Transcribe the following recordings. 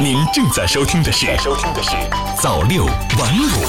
您正在收听的是早六晚五。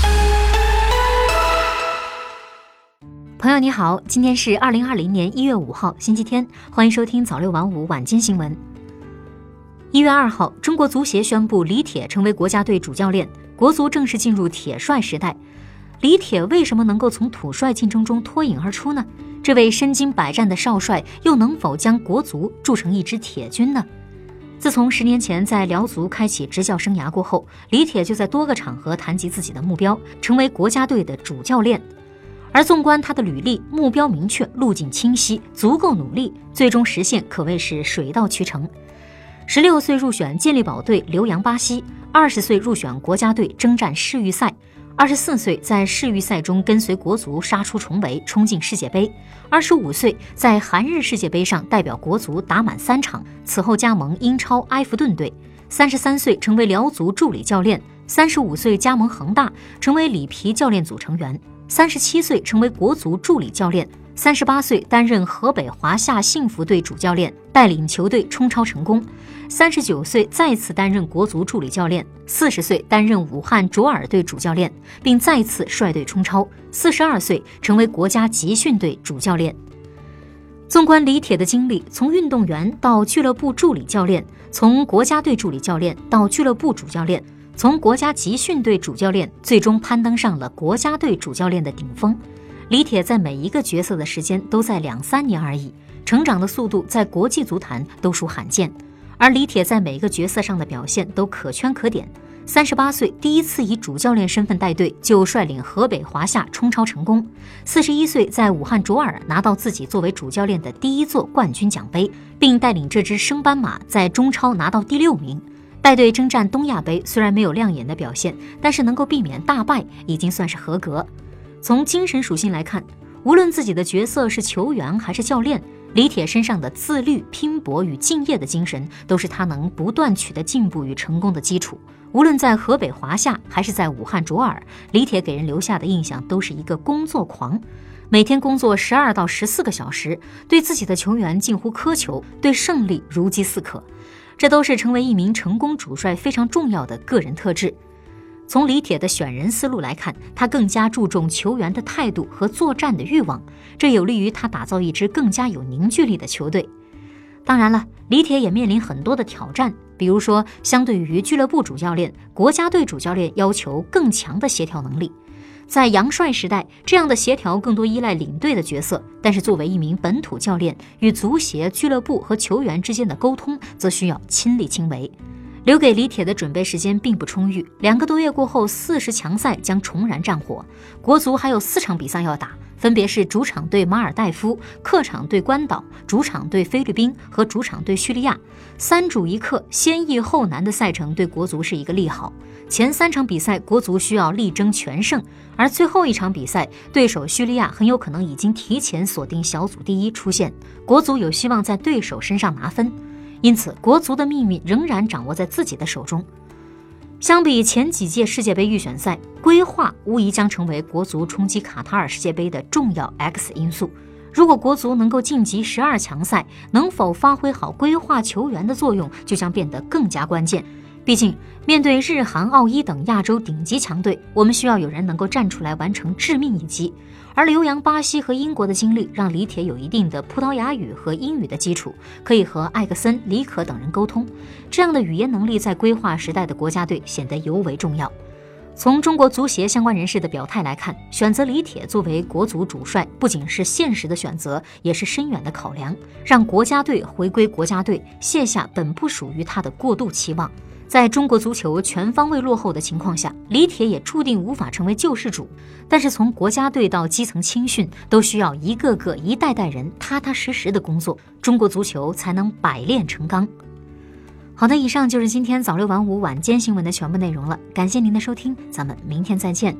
朋友你好，今天是2020年1月5号星期天，欢迎收听早六晚五晚间新闻。1月2号，中国足协宣布李铁成为国家队主教练，国足正式进入铁帅时代。李铁为什么能够从土帅竞争中脱颖而出呢？这位身经百战的少帅又能否将国足铸成一支铁军呢？自从10年前在辽足开启执教生涯过后，李铁就在多个场合谈及自己的目标，成为国家队的主教练。而纵观他的履历，目标明确，路径清晰，足够努力，最终实现可谓是水到渠成。16岁入选健力宝队留洋巴西，20岁入选国家队征战世预赛，24岁在世预赛中跟随国足杀出重围，冲进世界杯，25岁在韩日世界杯上代表国足打满3场，此后加盟英超埃弗顿队，33岁成为辽足助理教练，35岁加盟恒大，成为里皮教练组成员，37岁成为国足助理教练，38岁担任河北华夏幸福队主教练，带领球队冲超成功，39岁再次担任国足助理教练，40岁担任武汉卓尔队主教练，并再次率队冲超，42岁成为国家集训队主教练。纵观李铁的经历，从运动员到俱乐部助理教练，从国家队助理教练到俱乐部主教练，从国家集训队主教练，最终攀登上了国家队主教练的顶峰。李铁在每一个角色的时间都在2-3年而已，成长的速度在国际足坛都属罕见。而李铁在每一个角色上的表现都可圈可点。38岁第一次以主教练身份带队，就率领河北华夏冲超成功。41岁在武汉卓尔拿到自己作为主教练的第一座冠军奖杯，并带领这支升班马在中超拿到第6名。带队征战东亚杯，虽然没有亮眼的表现，但是能够避免大败已经算是合格。从精神属性来看，无论自己的角色是球员还是教练，李铁身上的自律、拼搏与敬业的精神，都是他能不断取得进步与成功的基础。无论在河北华夏还是在武汉卓尔，李铁给人留下的印象都是一个工作狂，每天工作12到14个小时，对自己的球员近乎苛求，对胜利如饥似渴。这都是成为一名成功主帅非常重要的个人特质。从李铁的选人思路来看，他更加注重球员的态度和作战的欲望，这有利于他打造一支更加有凝聚力的球队。当然了，李铁也面临很多的挑战，比如说相对于俱乐部主教练，国家队主教练要求更强的协调能力。在杨帅时代，这样的协调更多依赖领队的角色，但是作为一名本土教练，与足协、俱乐部和球员之间的沟通则需要亲力亲为。留给李铁的准备时间并不充裕，2个多月过后，40强赛将重燃战火。国足还有4场比赛要打，分别是主场对马尔代夫、客场对关岛、主场对菲律宾和主场对叙利亚。3主1客，先易后难的赛程对国足是一个利好。前3场比赛国足需要力争全胜，而最后1场比赛对手叙利亚很有可能已经提前锁定小组第1出线，国足有希望在对手身上拿分。因此国足的命运仍然掌握在自己的手中。相比前几届世界杯预选赛，规划无疑将成为国足冲击卡塔尔世界杯的重要 X 因素。如果国足能够晋级12强赛，能否发挥好规划球员的作用就将变得更加关键。毕竟面对日韩澳伊等亚洲顶级强队，我们需要有人能够站出来完成致命一击。而留洋巴西和英国的经历让李铁有一定的葡萄牙语和英语的基础，可以和艾克森、李可等人沟通，这样的语言能力在规划时代的国家队显得尤为重要。从中国足协相关人士的表态来看，选择李铁作为国足主帅不仅是现实的选择，也是深远的考量，让国家队回归国家队，卸下本不属于他的过度期望。在中国足球全方位落后的情况下，李铁也注定无法成为救世主，但是从国家队到基层青训，都需要一个个一代代人踏踏实实的工作，中国足球才能百炼成钢。好的，以上就是今天早6晚5晚间新闻的全部内容了，感谢您的收听，咱们明天再见。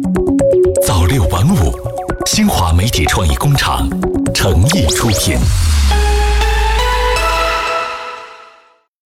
早6晚5，新华媒体创意工厂诚意出品。